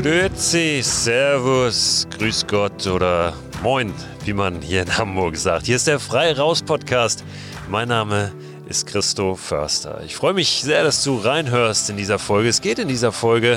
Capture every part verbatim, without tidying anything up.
Grüezi, Servus, Grüß Gott oder Moin, wie man hier in Hamburg sagt. Hier ist der Frei Raus Podcast. Mein Name ist Christo Förster. Ich freue mich sehr, dass du reinhörst in dieser Folge. Es geht in dieser Folge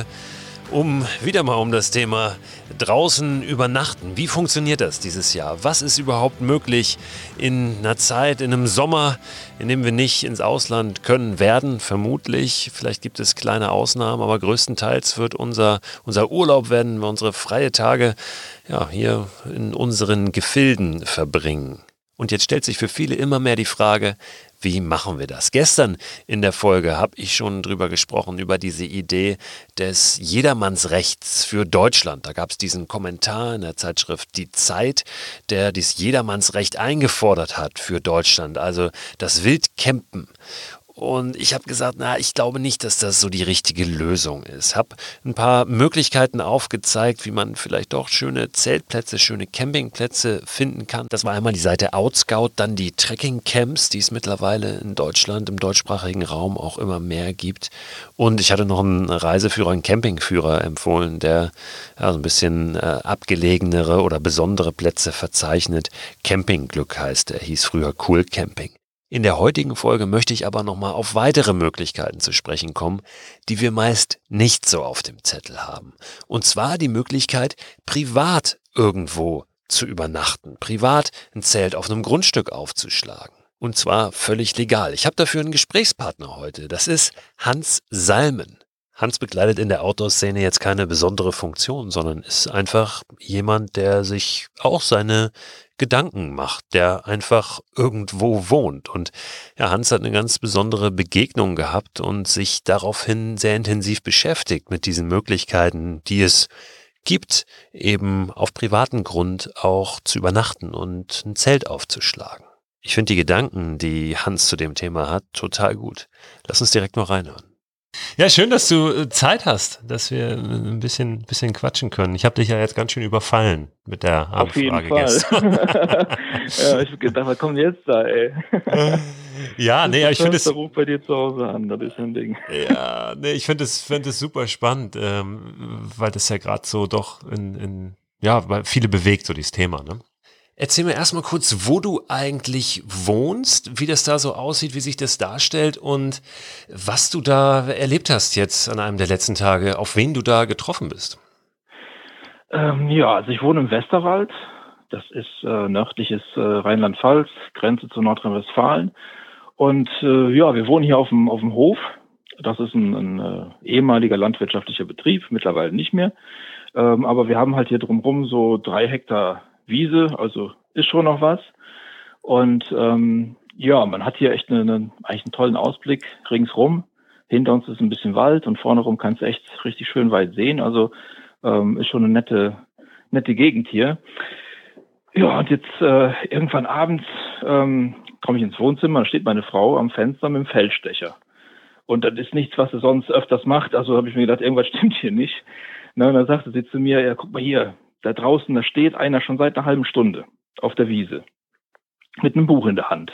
um wieder mal um das Thema draußen übernachten. Wie funktioniert das dieses Jahr? Was ist überhaupt möglich in einer Zeit, in einem Sommer, in dem wir nicht ins Ausland können werden? Vermutlich. Vielleicht gibt es kleine Ausnahmen, aber größtenteils wird unser, unser Urlaub werden, wir unsere freie Tage ja, hier in unseren Gefilden verbringen. Und jetzt stellt sich für viele immer mehr die Frage, wie machen wir das? Gestern in der Folge habe ich schon drüber gesprochen, über diese Idee des Jedermannsrechts für Deutschland. Da gab es diesen Kommentar in der Zeitschrift Die Zeit, der dieses Jedermannsrecht eingefordert hat für Deutschland, also das Wildcampen. Und ich habe gesagt, na, ich glaube nicht, dass das so die richtige Lösung ist. Habe ein paar Möglichkeiten aufgezeigt, wie man vielleicht doch schöne Zeltplätze, schöne Campingplätze finden kann. Das war einmal die Seite Outscout, dann die Trekkingcamps, die es mittlerweile in Deutschland, im deutschsprachigen Raum auch immer mehr gibt. Und ich hatte noch einen Reiseführer, einen Campingführer empfohlen, der ja, so ein bisschen äh, abgelegenere oder besondere Plätze verzeichnet. Campingglück heißt er, hieß früher Cool Camping. In der heutigen Folge möchte ich aber nochmal auf weitere Möglichkeiten zu sprechen kommen, die wir meist nicht so auf dem Zettel haben. Und zwar die Möglichkeit, privat irgendwo zu übernachten, privat ein Zelt auf einem Grundstück aufzuschlagen. Und zwar völlig legal. Ich habe dafür einen Gesprächspartner heute. Das ist Hans Salmen. Hans bekleidet in der Outdoor-Szene jetzt keine besondere Funktion, sondern ist einfach jemand, der sich auch seine Gedanken macht, der einfach irgendwo wohnt. Und ja, Hans hat eine ganz besondere Begegnung gehabt und sich daraufhin sehr intensiv beschäftigt mit diesen Möglichkeiten, die es gibt, eben auf privatem Grund auch zu übernachten und ein Zelt aufzuschlagen. Ich finde die Gedanken, die Hans zu dem Thema hat, total gut. Lass uns direkt mal reinhören. Ja, schön, dass du Zeit hast, dass wir ein bisschen, bisschen quatschen können. Ich habe dich ja jetzt ganz schön überfallen mit der Anfrage. Auf jeden Fall. Ja, ich hab gedacht, was kommt jetzt da, ey? Ja, nee, ich finde es... ruft bei dir zu Hause an, das ist ein Ding. Ja, nee, ich finde es find super spannend, ähm, weil das ja gerade so doch in, in, ja, weil viele bewegt, so dieses Thema, ne? Erzähl mir erstmal kurz, wo du eigentlich wohnst, wie das da so aussieht, wie sich das darstellt und was du da erlebt hast jetzt an einem der letzten Tage, auf wen du da getroffen bist. Ähm, ja, also ich wohne im Westerwald. Das ist äh, nördliches äh, Rheinland-Pfalz, Grenze zu Nordrhein-Westfalen. Und äh, ja, wir wohnen hier auf dem, auf dem Hof. Das ist ein, ein äh, ehemaliger landwirtschaftlicher Betrieb, mittlerweile nicht mehr. Ähm, aber wir haben halt hier drumherum so drei Hektar Wiese, also ist schon noch was. Und ähm, ja, man hat hier echt eine, eine, eigentlich einen tollen Ausblick ringsrum. Hinter uns ist ein bisschen Wald und vorne rum kannst du echt richtig schön weit sehen. Also ähm, ist schon eine nette, nette Gegend hier. Ja, und jetzt äh, irgendwann abends ähm, komme ich ins Wohnzimmer, da steht meine Frau am Fenster mit dem Feldstecher. Und das ist nichts, was sie sonst öfters macht. Also habe ich mir gedacht, irgendwas stimmt hier nicht. Na, und dann sagte sie zu mir, ja, guck mal hier, da draußen, da steht einer schon seit einer halben Stunde auf der Wiese mit einem Buch in der Hand.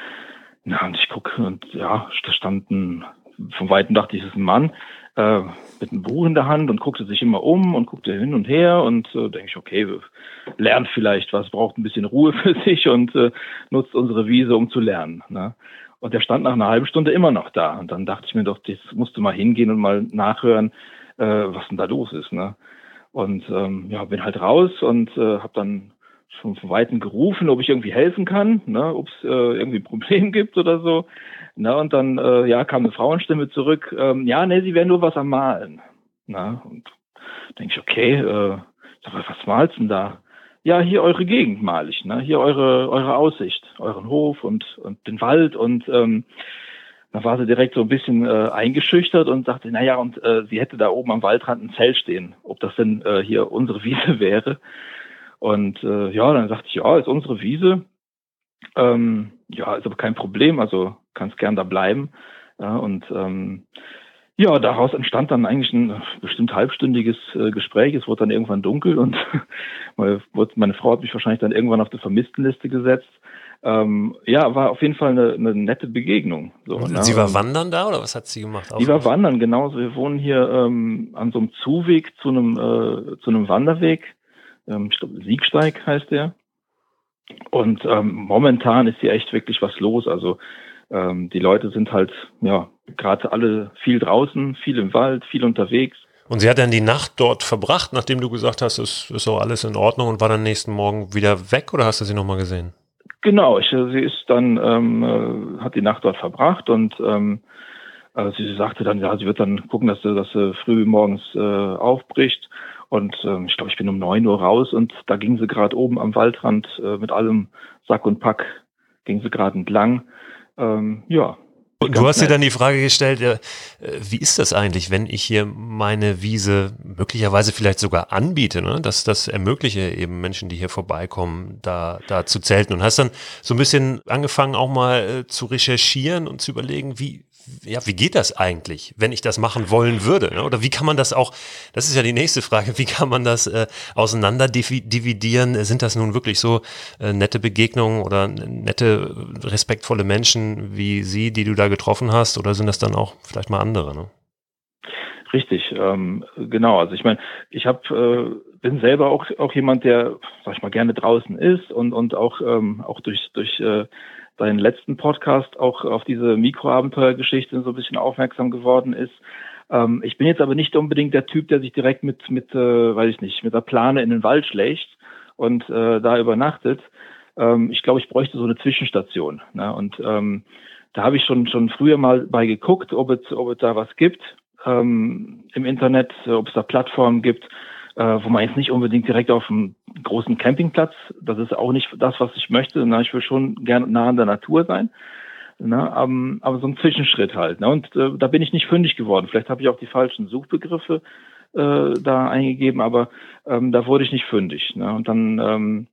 Na, und ich gucke und ja, da stand ein, von Weitem dachte ich, es ist ein Mann äh, mit einem Buch in der Hand und guckte sich immer um und guckte hin und her und äh, denke ich, okay, lernt vielleicht was, braucht ein bisschen Ruhe für sich und äh, nutzt unsere Wiese, um zu lernen. Ne? Und der stand nach einer halben Stunde immer noch da. Und dann dachte ich mir doch, jetzt musst du mal hingehen und mal nachhören, äh, was denn da los ist. Ne? Und ähm, ja, bin halt raus und äh, habe dann schon von Weitem gerufen, ob ich irgendwie helfen kann, ne, ob es äh, irgendwie ein Problem gibt oder so. Na, und dann äh, ja, kam eine Frauenstimme zurück, ähm, ja, ne, sie wären nur was am Malen. Na, und denke ich, okay, äh, sag mal, was malst du denn da? Ja, hier eure Gegend mal ich, ne? Hier eure eure Aussicht, euren Hof und und den Wald und ähm, da war sie direkt so ein bisschen äh, eingeschüchtert und sagte, naja, und äh, sie hätte da oben am Waldrand ein Zelt stehen, ob das denn äh, hier unsere Wiese wäre. Und äh, ja, dann sagte ich, ja, ist unsere Wiese. Ähm, ja, ist aber kein Problem, also kannst gern da bleiben. Ja, und ähm, ja, daraus entstand dann eigentlich ein bestimmt halbstündiges äh, Gespräch. Es wurde dann irgendwann dunkel und meine Frau hat mich wahrscheinlich dann irgendwann auf die Vermisstenliste gesetzt. Ähm, ja, war auf jeden Fall eine, eine nette Begegnung. So, ne? Sie war wandern da oder was hat sie gemacht? Die war wandern, genauso. Wir wohnen hier ähm, an so einem Zuweg zu einem, äh, zu einem Wanderweg. Ähm, ich glaube, Siegsteig heißt der. Und ähm, momentan ist hier echt wirklich was los. Also ähm, die Leute sind halt, ja, gerade alle viel draußen, viel im Wald, viel unterwegs. Und sie hat dann die Nacht dort verbracht, nachdem du gesagt hast, es ist auch alles in Ordnung und war dann nächsten Morgen wieder weg oder hast du sie nochmal gesehen? Genau, ich, sie ist dann, ähm, äh, hat die Nacht dort verbracht und ähm, äh, sie sagte dann, ja, sie wird dann gucken, dass sie, dass sie früh morgens äh, aufbricht. Und ähm, ich glaube, ich bin um neun Uhr raus und da ging sie gerade oben am Waldrand äh, mit allem Sack und Pack, ging sie gerade entlang. Ähm, ja. Und du hast dir dann die Frage gestellt, äh, wie ist das eigentlich, wenn ich hier meine Wiese möglicherweise vielleicht sogar anbiete, ne? dass das ermögliche eben Menschen, die hier vorbeikommen, da, da zu zelten. Und hast dann so ein bisschen angefangen auch mal äh, zu recherchieren und zu überlegen, wie, ja, wie geht das eigentlich, wenn ich das machen wollen würde? Ne? Oder wie kann man das auch, das ist ja die nächste Frage, wie kann man das äh, auseinander dividieren? Sind das nun wirklich so äh, nette Begegnungen oder nette, respektvolle Menschen wie sie, die du da getroffen hast, oder sind das dann auch vielleicht mal andere? Ne? Richtig, ähm, genau. Also ich meine, ich hab, äh, bin selber auch auch jemand, der, sag ich mal, gerne draußen ist und und auch ähm, auch durch durch äh, deinen letzten Podcast auch auf diese Mikroabenteuergeschichte so ein bisschen aufmerksam geworden ist. Ähm, ich bin jetzt aber nicht unbedingt der Typ, der sich direkt mit mit, äh, weiß ich nicht, mit der Plane in den Wald schlägt und äh, da übernachtet. Ähm, ich glaube, ich bräuchte so eine Zwischenstation. Ne? Und ähm, da habe ich schon schon früher mal bei geguckt, ob es ob es da was gibt ähm, im Internet, ob es da Plattformen gibt, äh, wo man jetzt nicht unbedingt direkt auf einem großen Campingplatz, das ist auch nicht das, was ich möchte. Na, ich will schon gerne nah an der Natur sein, ne? um, aber so ein Zwischenschritt halt. Ne? Und äh, da bin ich nicht fündig geworden. Vielleicht habe ich auch die falschen Suchbegriffe äh, da eingegeben, aber ähm, da wurde ich nicht fündig. Ne? Und dann ähm,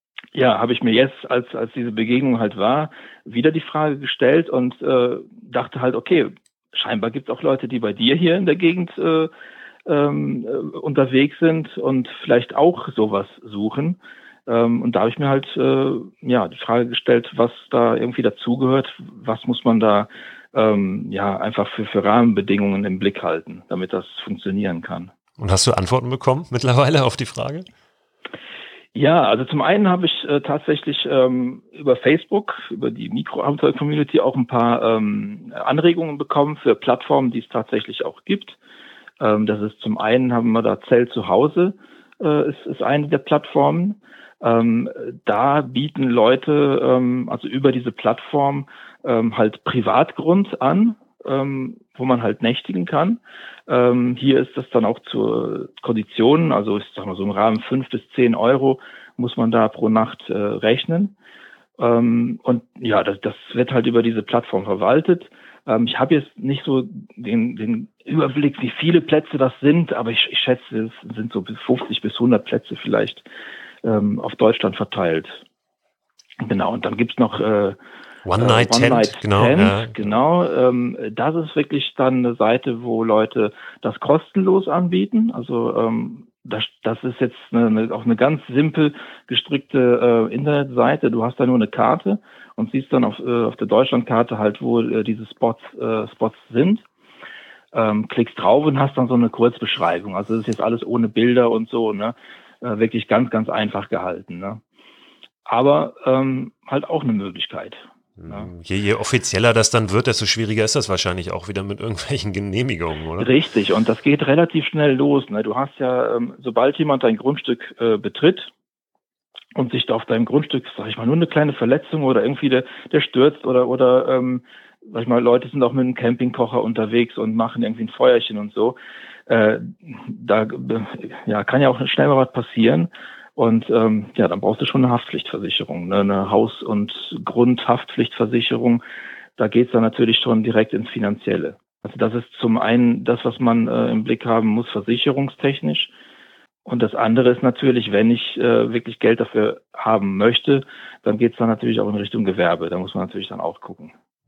ja, habe ich mir jetzt, als als diese Begegnung halt war, wieder die Frage gestellt und äh, dachte halt, okay, scheinbar gibt es auch Leute, die bei dir hier in der Gegend äh, ähm, äh, unterwegs sind und vielleicht auch sowas suchen. Ähm, und da habe ich mir halt äh, ja die Frage gestellt, was da irgendwie dazugehört, was muss man da ähm, ja einfach für, für Rahmenbedingungen im Blick halten, damit das funktionieren kann. Und hast du Antworten bekommen mittlerweile auf die Frage? Ja, also zum einen habe ich äh, tatsächlich ähm, über Facebook, über die Mikroabenteuer-Community auch ein paar ähm, Anregungen bekommen für Plattformen, die es tatsächlich auch gibt. Ähm, das ist zum einen, haben wir da Zelt zu Hause, äh, ist, ist eine der Plattformen. Ähm, da bieten Leute, ähm, also über diese Plattform, ähm, halt Privatgrund an, ähm, wo man halt nächtigen kann. Ähm, hier ist das dann auch zur Konditionen, also ich sag mal so im Rahmen fünf bis zehn Euro muss man da pro Nacht äh, rechnen. Ähm, und ja, das, das wird halt über diese Plattform verwaltet. Ähm, ich habe jetzt nicht so den, den Überblick, wie viele Plätze das sind, aber ich, ich schätze, es sind so bis fünfzig bis hundert Plätze vielleicht ähm, auf Deutschland verteilt. Genau, und dann gibt's noch äh, One-Night-Tent, One genau. Tent, Ja. Genau, ähm, das ist wirklich dann eine Seite, wo Leute das kostenlos anbieten. Also ähm, das, das ist jetzt eine, eine, auch eine ganz simpel gestrickte äh, Internetseite. Du hast da nur eine Karte und siehst dann auf, äh, auf der Deutschlandkarte halt, wo äh, diese Spots, äh, Spots sind. Ähm, klickst drauf und hast dann so eine Kurzbeschreibung. Also das ist jetzt alles ohne Bilder und so, ne? Äh, wirklich ganz, ganz einfach gehalten, ne? Aber ähm, halt auch eine Möglichkeit. Ja. Je, je offizieller das dann wird, desto schwieriger ist das wahrscheinlich auch wieder mit irgendwelchen Genehmigungen, oder? Richtig, und das geht relativ schnell los. Ne? Du hast ja, ähm, sobald jemand dein Grundstück äh, betritt und sich da auf deinem Grundstück, sag ich mal, nur eine kleine Verletzung oder irgendwie der, der stürzt oder, oder ähm, sag ich mal, Leute sind auch mit einem Campingkocher unterwegs und machen irgendwie ein Feuerchen und so. Äh, da ja, kann ja auch schnell mal was passieren. Und ähm, ja, dann brauchst du schon eine Haftpflichtversicherung, ne? Eine Haus- und Grundhaftpflichtversicherung. Da geht's dann natürlich schon direkt ins Finanzielle. Also das ist zum einen das, was man äh, im Blick haben muss, versicherungstechnisch. Und das andere ist natürlich, wenn ich äh, wirklich Geld dafür haben möchte, dann geht's dann natürlich auch in Richtung Gewerbe. Da muss man natürlich dann auch gucken.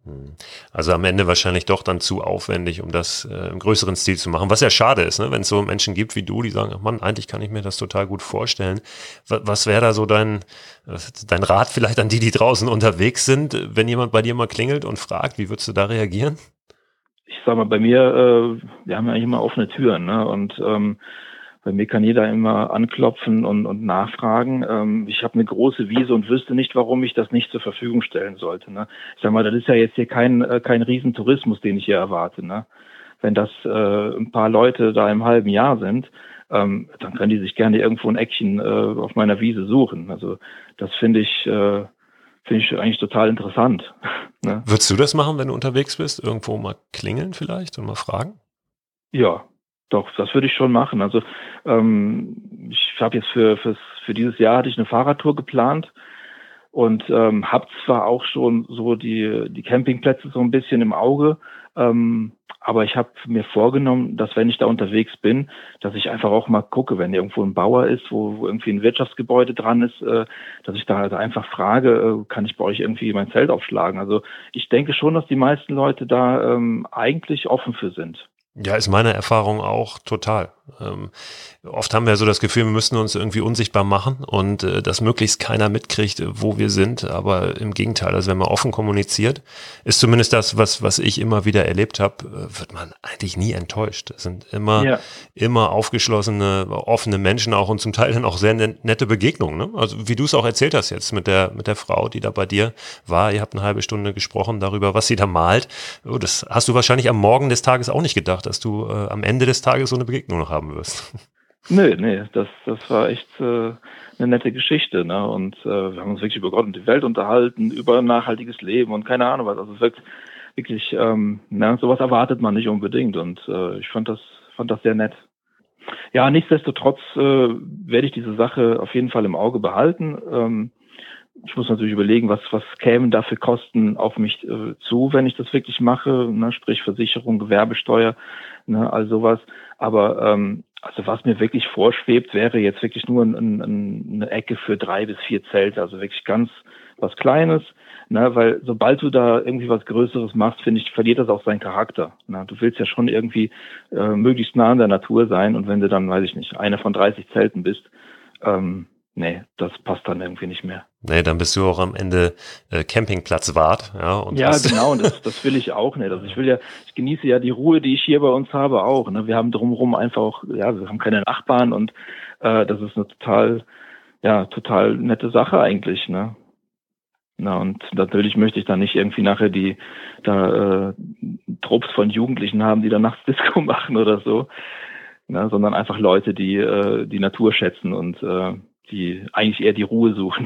Also am Ende wahrscheinlich doch dann zu aufwendig, um das äh, im größeren Stil zu machen, was ja schade ist, ne? Wenn es so Menschen gibt wie du, die sagen, ach Mann, eigentlich kann ich mir das total gut vorstellen. Was, was wäre da so dein, dein Rat vielleicht an die, die draußen unterwegs sind, wenn jemand bei dir mal klingelt und fragt, wie würdest du da reagieren? Ich sag mal, bei mir, äh, wir haben ja eigentlich immer offene Türen, ne? Und ähm, bei mir kann jeder immer anklopfen und, und nachfragen. Ähm, ich habe eine große Wiese und wüsste nicht, warum ich das nicht zur Verfügung stellen sollte. Ne? Ich sag mal, das ist ja jetzt hier kein, äh, kein Riesentourismus, den ich hier erwarte. Ne? Wenn das äh, ein paar Leute da im halben Jahr sind, ähm, dann können die sich gerne irgendwo ein Eckchen äh, auf meiner Wiese suchen. Also das finde ich, äh, finde ich eigentlich total interessant. Ne? Würdest du das machen, wenn du unterwegs bist? Irgendwo mal klingeln vielleicht und mal fragen? Ja. Doch, das würde ich schon machen. Also ähm, ich habe jetzt für fürs, für dieses Jahr hatte ich eine Fahrradtour geplant und ähm, habe zwar auch schon so die die Campingplätze so ein bisschen im Auge, ähm, aber ich habe mir vorgenommen, dass wenn ich da unterwegs bin, dass ich einfach auch mal gucke, wenn irgendwo ein Bauer ist, wo, wo irgendwie ein Wirtschaftsgebäude dran ist, äh, dass ich da halt einfach frage, äh, kann ich bei euch irgendwie mein Zelt aufschlagen? Also ich denke schon, dass die meisten Leute da ähm, eigentlich offen für sind. Ja, ist meine Erfahrung auch total. Ähm, oft haben wir so das Gefühl, wir müssten uns irgendwie unsichtbar machen und äh, dass möglichst keiner mitkriegt, wo wir sind. Aber im Gegenteil, also wenn man offen kommuniziert, ist zumindest das, was was ich immer wieder erlebt habe, äh, wird man eigentlich nie enttäuscht. Es sind immer ja. immer aufgeschlossene, offene Menschen auch und zum Teil dann auch sehr nette Begegnungen. Ne? Also wie du es auch erzählt hast jetzt mit der mit der Frau, die da bei dir war. Ihr habt eine halbe Stunde gesprochen darüber, was sie da malt. Oh, das hast du wahrscheinlich am Morgen des Tages auch nicht gedacht, dass du äh, am Ende des Tages so eine Begegnung noch haben wirst. Nö, nee, das, das war echt äh, eine nette Geschichte, ne? Und äh, wir haben uns wirklich über Gott und die Welt unterhalten, über nachhaltiges Leben und keine Ahnung was. Also wirklich, wirklich, ähm, ne, sowas erwartet man nicht unbedingt und äh, ich fand das, fand das sehr nett. Ja, nichtsdestotrotz äh, werde ich diese Sache auf jeden Fall im Auge behalten. Ähm, ich muss natürlich überlegen, was was kämen da für Kosten auf mich äh, zu, wenn ich das wirklich mache, ne? Sprich Versicherung, Gewerbesteuer, ne, all sowas. Aber ähm, also was mir wirklich vorschwebt, wäre jetzt wirklich nur ein, ein, eine Ecke für drei bis vier Zelte, also wirklich ganz was Kleines, ne, weil sobald du da irgendwie was Größeres machst, finde ich, verliert das auch seinen Charakter. Ne? Du willst ja schon irgendwie äh, möglichst nah an der Natur sein und wenn du dann, weiß ich nicht, einer von dreißig Zelten bist, ähm, nee, das passt dann irgendwie nicht mehr. Nee, dann bist du auch am Ende äh, Campingplatzwart. Ja, und ja genau, und das, das will ich auch nicht. Also ich will ja, ich genieße ja die Ruhe, die ich hier bei uns habe, auch. Ne? Wir haben drumherum einfach auch, ja, wir haben keine Nachbarn und äh, das ist eine total, ja, total nette Sache eigentlich, ne? Na, und natürlich möchte ich da nicht irgendwie nachher die da äh, Trupps von Jugendlichen haben, die dann nachts Disco machen oder so, ne? Sondern einfach Leute, die äh, die Natur schätzen und äh, die eigentlich eher die Ruhe suchen.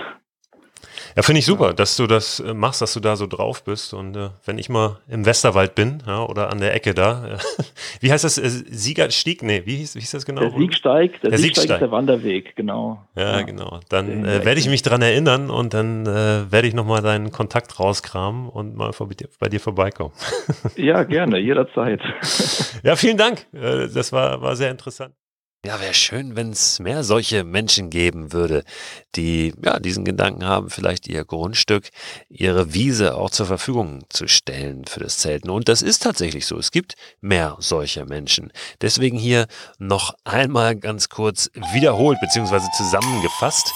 Ja, finde ich super, dass du das äh, machst, dass du da so drauf bist. Und äh, wenn ich mal im Westerwald bin, ja, oder an der Ecke da, äh, wie heißt das? Äh, Siegerstieg? Nee, wie hieß, wie hieß das genau? Der Siegsteig, der, der Siegsteig, Siegsteig ist der Wanderweg, genau. Ja, ja. genau. Dann äh, werde ich mich dran erinnern und dann äh, werde ich nochmal deinen Kontakt rauskramen und mal vor, bei dir vorbeikommen. Ja, gerne, jederzeit. Ja, vielen Dank. Äh, das war, war sehr interessant. Ja, wäre schön, wenn es mehr solche Menschen geben würde, die ja diesen Gedanken haben, vielleicht ihr Grundstück, ihre Wiese auch zur Verfügung zu stellen für das Zelten. Und das ist tatsächlich so. Es gibt mehr solcher Menschen. Deswegen hier noch einmal ganz kurz wiederholt bzw. zusammengefasst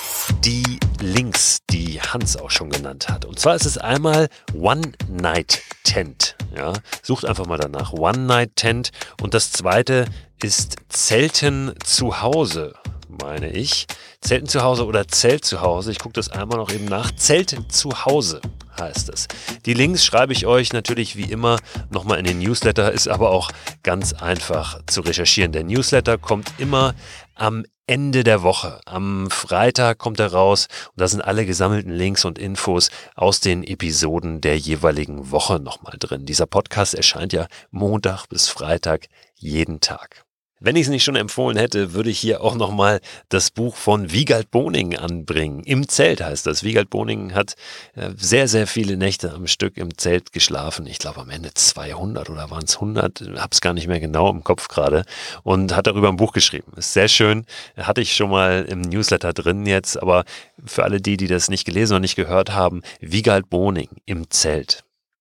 die Links, die Hans auch schon genannt hat. Und zwar ist es einmal One Night Tent. Ja, sucht einfach mal danach. One Night Tent. Und das zweite ist Zelten zu Hause, meine ich. Zelten zu Hause oder Zelt zu Hause. Ich gucke das einmal noch eben nach. Zelt zu Hause heißt es. Die Links schreibe ich euch natürlich wie immer nochmal in den Newsletter, ist aber auch ganz einfach zu recherchieren. Der Newsletter kommt immer am Ende der Woche. Am Freitag kommt er raus und da sind alle gesammelten Links und Infos aus den Episoden der jeweiligen Woche nochmal drin. Dieser Podcast erscheint ja Montag bis Freitag jeden Tag. Wenn ich es nicht schon empfohlen hätte, würde ich hier auch nochmal das Buch von Wiegald Boning anbringen. Im Zelt heißt das. Wiegald Boning hat sehr, sehr viele Nächte am Stück im Zelt geschlafen. Ich glaube am Ende zweihundert oder waren es hundert, hab's gar nicht mehr genau im Kopf gerade. Und hat darüber ein Buch geschrieben. Ist sehr schön. Hatte ich schon mal im Newsletter drin jetzt. Aber für alle die, die das nicht gelesen oder nicht gehört haben, Wiegald Boning im Zelt.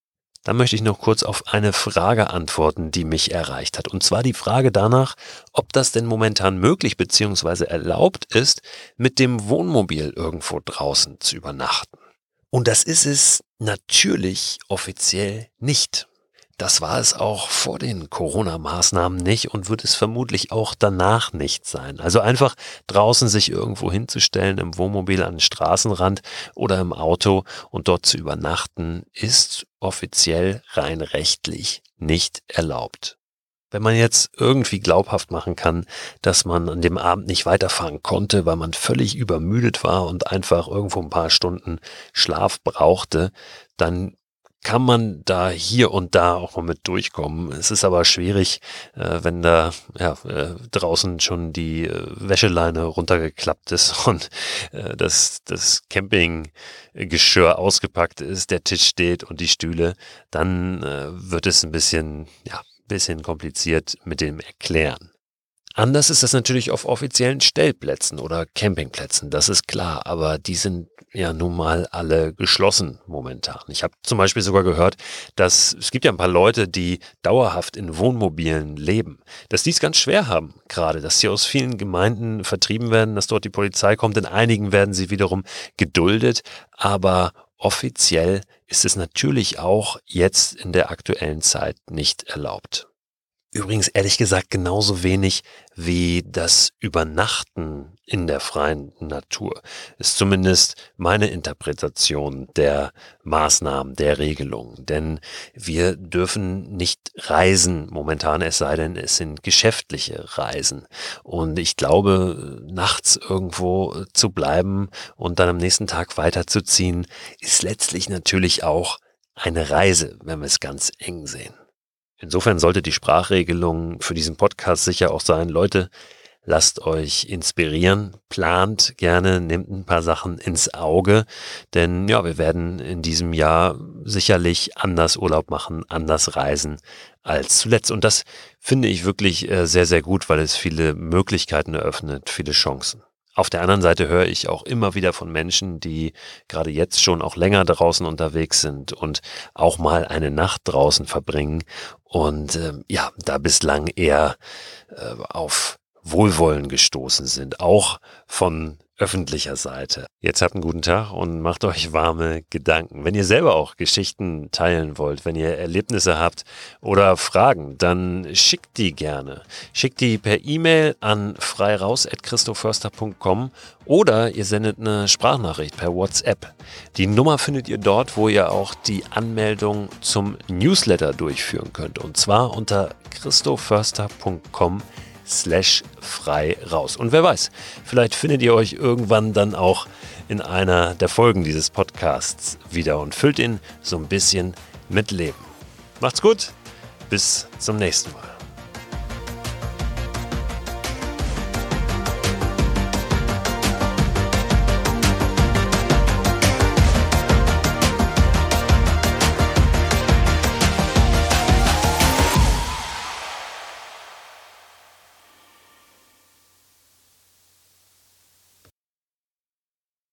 Da möchte ich noch kurz auf eine Frage antworten, die mich erreicht hat. Und zwar die Frage danach, ob das denn momentan möglich bzw. erlaubt ist, mit dem Wohnmobil irgendwo draußen zu übernachten. Und das ist es natürlich offiziell nicht. Das war es auch vor den Corona-Maßnahmen nicht und wird es vermutlich auch danach nicht sein. Also einfach draußen sich irgendwo hinzustellen, im Wohnmobil an den Straßenrand oder im Auto und dort zu übernachten, ist offiziell rein rechtlich nicht erlaubt. Wenn man jetzt irgendwie glaubhaft machen kann, dass man an dem Abend nicht weiterfahren konnte, weil man völlig übermüdet war und einfach irgendwo ein paar Stunden Schlaf brauchte, dann kann man da hier und da auch mal mit durchkommen. Es ist aber schwierig, äh, wenn da ja, äh, draußen schon die äh, Wäscheleine runtergeklappt ist und äh, das, das Campinggeschirr ausgepackt ist, der Tisch steht und die Stühle, dann äh, wird es ein bisschen, ja, bisschen kompliziert mit dem Erklären. Anders ist das natürlich auf offiziellen Stellplätzen oder Campingplätzen, das ist klar, aber die sind ja nun mal alle geschlossen momentan. Ich habe zum Beispiel sogar gehört, dass es gibt ja ein paar Leute, die dauerhaft in Wohnmobilen leben, dass die es ganz schwer haben gerade, dass sie aus vielen Gemeinden vertrieben werden, dass dort die Polizei kommt, in einigen werden sie wiederum geduldet, aber offiziell ist es natürlich auch jetzt in der aktuellen Zeit nicht erlaubt. Übrigens ehrlich gesagt genauso wenig wie das Übernachten in der freien Natur. Ist zumindest meine Interpretation der Maßnahmen, der Regelungen. Denn wir dürfen nicht reisen momentan, es sei denn, es sind geschäftliche Reisen. Und ich glaube, nachts irgendwo zu bleiben und dann am nächsten Tag weiterzuziehen, ist letztlich natürlich auch eine Reise, wenn wir es ganz eng sehen. Insofern sollte die Sprachregelung für diesen Podcast sicher auch sein, Leute, lasst euch inspirieren, plant gerne, nehmt ein paar Sachen ins Auge, denn ja, wir werden in diesem Jahr sicherlich anders Urlaub machen, anders reisen als zuletzt. Und das finde ich wirklich sehr, sehr gut, weil es viele Möglichkeiten eröffnet, viele Chancen. Auf der anderen Seite höre ich auch immer wieder von Menschen, die gerade jetzt schon auch länger draußen unterwegs sind und auch mal eine Nacht draußen verbringen und äh, ja, da bislang eher äh, auf Wohlwollen gestoßen sind, auch von öffentlicher Seite. Jetzt habt einen guten Tag und macht euch warme Gedanken. Wenn ihr selber auch Geschichten teilen wollt, wenn ihr Erlebnisse habt oder Fragen, dann schickt die gerne. Schickt die per E-Mail an freiraus at christoförster punkt com oder ihr sendet eine Sprachnachricht per WhatsApp. Die Nummer findet ihr dort, wo ihr auch die Anmeldung zum Newsletter durchführen könnt. Und zwar unter christoförster punkt com slash frei raus. Und wer weiß, vielleicht findet ihr euch irgendwann dann auch in einer der Folgen dieses Podcasts wieder und füllt ihn so ein bisschen mit Leben. Macht's gut, bis zum nächsten Mal.